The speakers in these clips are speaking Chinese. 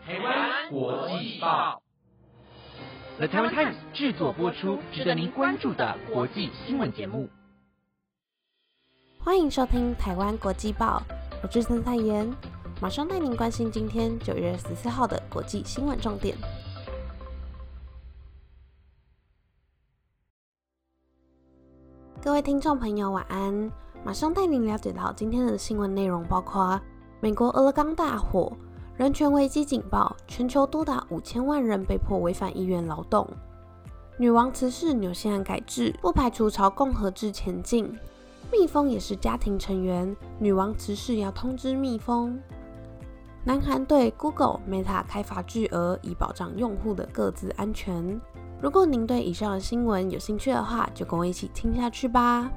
台湾国际报 The Taiwan Times 制作播出，值得您关注的国际新闻节目。 欢迎收听台湾国际报，我是陈彩妍，马上带您关心今天9月14号的国际新闻重点。各位听众朋友晚安，马上带您了解到今天的新闻内容，包括美国俄勒冈大火，人权危机警报，全球多达5000万人被迫违反意愿劳动；女王辞世，纽西兰改制，不排除朝共和制前进；蜜蜂也是家庭成员，女王辞世要通知蜜蜂；南韩对 Google、Meta 开罚巨额，以保障用户的个资安全。如果您对以上的新闻有兴趣的话，就跟我一起听下去吧。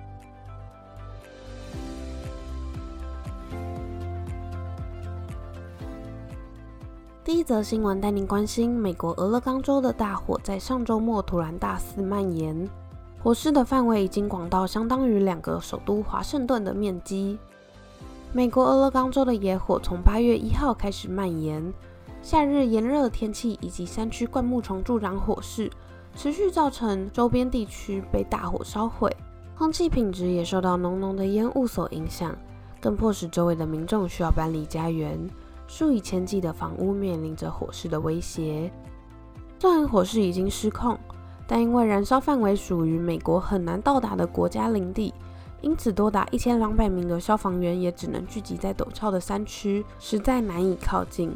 第一则新闻带您关心美国俄勒冈州的大火在上周末突然大肆蔓延，火势的范围已经广到相当于2个首都华盛顿的面积。美国俄勒冈州的野火从8月1号开始蔓延，夏日炎热天气以及山区灌木丛助长火势，持续造成周边地区被大火烧毁，空气品质也受到浓浓的烟雾所影响，更迫使周围的民众需要搬离家园。数以千计的房屋面临着火势的威胁。虽然火势已经失控，但因为燃烧范围属于美国很难到达的国家领地，因此多达1200名的消防员也只能聚集在陡峭的山区，实在难以靠近。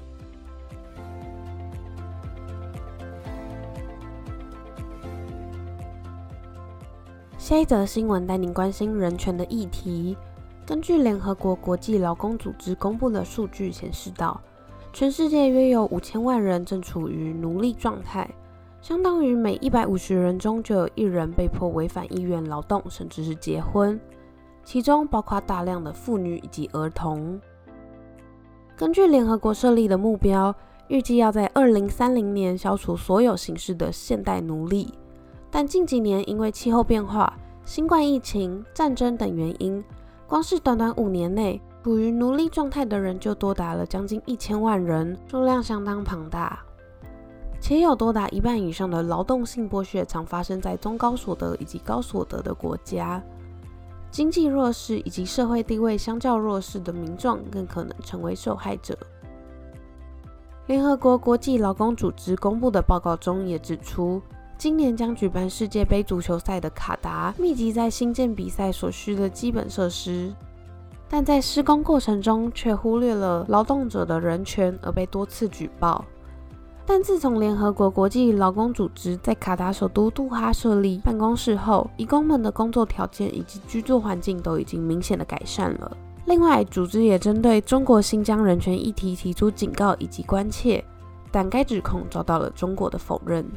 下一则新闻带您关心人权的议题。根据联合国国际劳工组织公布的数据显示到，全世界约有5000万人正处于奴隶状态，相当于每150人中就有1人被迫违反意愿劳动，甚至是结婚，其中包括大量的妇女以及儿童。根据联合国设立的目标，预计要在2030年消除所有形式的现代奴隶，但近几年因为气候变化、新冠疫情、战争等原因，光是短短5年内，处于奴隶状态的人就多达了将近1000万人，数量相当庞大。且有多达1半以上的劳动性剥削常发生在中高所得以及高所得的国家，经济弱势以及社会地位相较弱势的民众更可能成为受害者。联合国国际劳工组织公布的报告中也指出，今年将举办世界杯足球赛的卡达密集在新建比赛所需的基本设施，但在施工过程中却忽略了劳动者的人权，而被多次举报。但自从联合国国际劳工组织在卡达首都杜哈设立办公室后，移工们的工作条件以及居住环境都已经明显的改善了。另外，组织也针对中国新疆人权议题提出警告以及关切，但该指控遭到了中国的否认。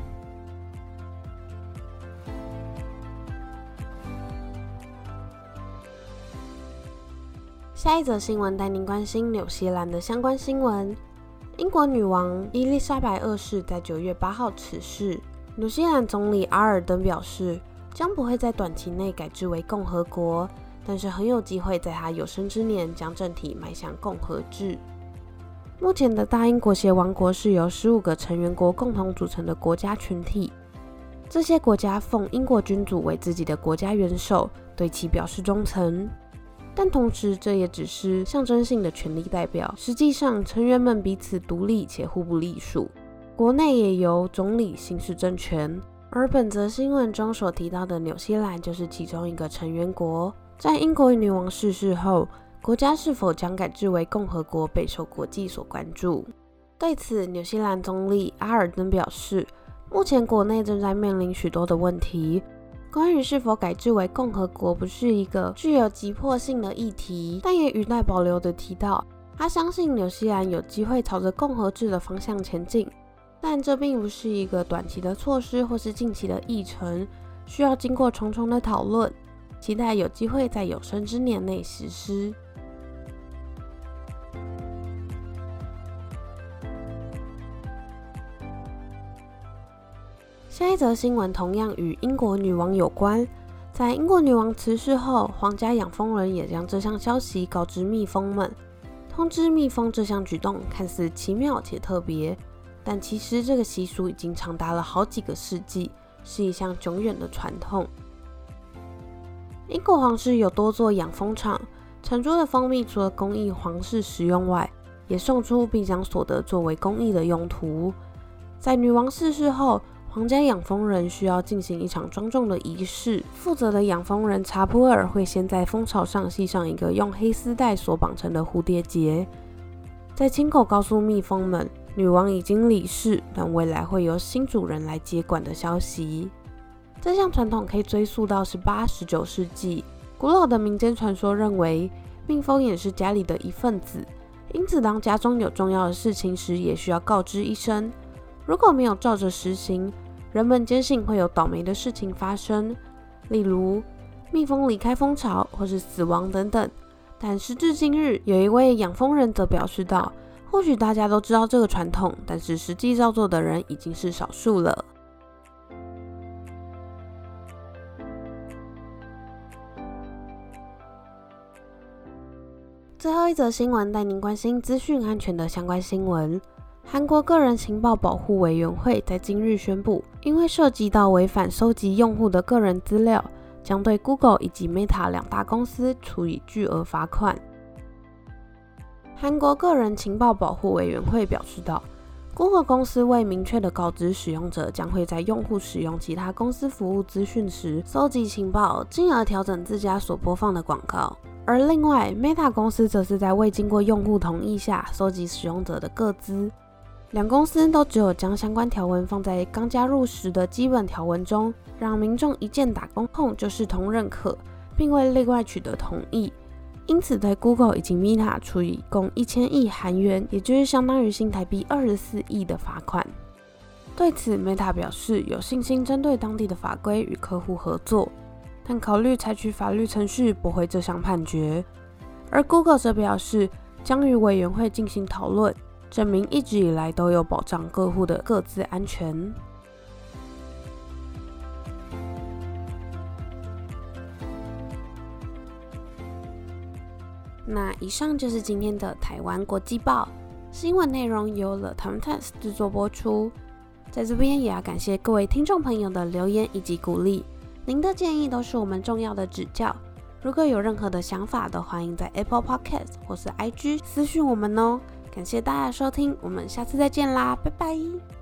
下一则新闻带您关心纽西兰的相关新闻。英国女王伊丽莎白2世在9月8号辞世。纽西兰总理阿尔登表示，将不会在短期内改制为共和国，但是很有机会在他有生之年将政体迈向共和制。目前的大英国协王国是由15个成员国共同组成的国家群体，这些国家奉英国君主为自己的国家元首，对其表示忠诚。但同时，这也只是象征性的权力代表，实际上成员们彼此独立且互不隶属。国内也由总理行使政权，而本则新闻中所提到的纽西兰就是其中一个成员国。在英国女王逝世后，国家是否将改制为共和国备受国际所关注。对此，纽西兰总理阿尔登表示，目前国内正在面临许多的问题，关于是否改制为共和国不是一个具有急迫性的议题，但也语带保留地提到，他相信纽西兰有机会朝着共和制的方向前进，但这并不是一个短期的措施或是近期的议程，需要经过重重的讨论，期待有机会在有生之年内实施。下一则新闻同样与英国女王有关。在英国女王辞世后，皇家养蜂人也将这项消息告知蜜蜂们， 通知蜜蜂这项举动看似奇妙且特别，但其实这个习俗已经长达了好几个世纪，是一项久远的传统。英国皇室有多座养蜂场，产出的蜂蜜除了供应皇室食用外，也送出并将所得作为公益的用途。在女王逝世后，皇家养蜂人需要进行一场庄重的仪式，负责的养蜂人查普尔会先在蜂巢上系上一个用黑丝带所绑成的蝴蝶结，再亲口告诉蜜蜂们女王已经离世，但未来会由新主人来接管的消息。这项传统可以追溯到18、19世纪，古老的民间传说认为蜜蜂也是家里的一份子，因此当家中有重要的事情时也需要告知一声。如果没有照着实行，人们坚信会有倒霉的事情发生，例如蜜蜂离开蜂巢或是死亡等等。但时至今日，有一位养蜂人则表示道，或许大家都知道这个传统，但是实际照做的人已经是少数了。最后一则新闻带您关心资讯安全的相关新闻。韩国个人情报保护委员会在今日宣布，因为涉及到违反收集用户的个人资料，将对 Google 以及 Meta 两大公司处以巨额罚款。韩国个人情报保护委员会表示道， Google 公司未明确的告知使用者将会在用户使用其他公司服务资讯时搜集情报，进而调整自家所播放的广告。而另外 Meta 公司则是在未经过用户同意下搜集使用者的个资。两公司都只有将相关条文放在刚加入时的基本条文中，让民众一键打公控就视同认可，并未另外取得同意。因此对 Google 以及 Meta 处以共1000亿韩元，也就是相当于新台币24亿的罚款。对此 Meta 表示有信心针对当地的法规与客户合作，但考虑采取法律程序驳回这项判决。而 Google 则表示将与委员会进行讨论，证明一直以来都有保障客户的个资安全。那以上就是今天的台湾国际报新闻内容，由了 Time Test 制作播出。在这边也要感谢各位听众朋友的留言以及鼓励，您的建议都是我们重要的指教。如果有任何的想法，都欢迎在 Apple Podcast 或是 IG 私讯我们哦。感谢大家的收听，我们下次再见啦，拜拜。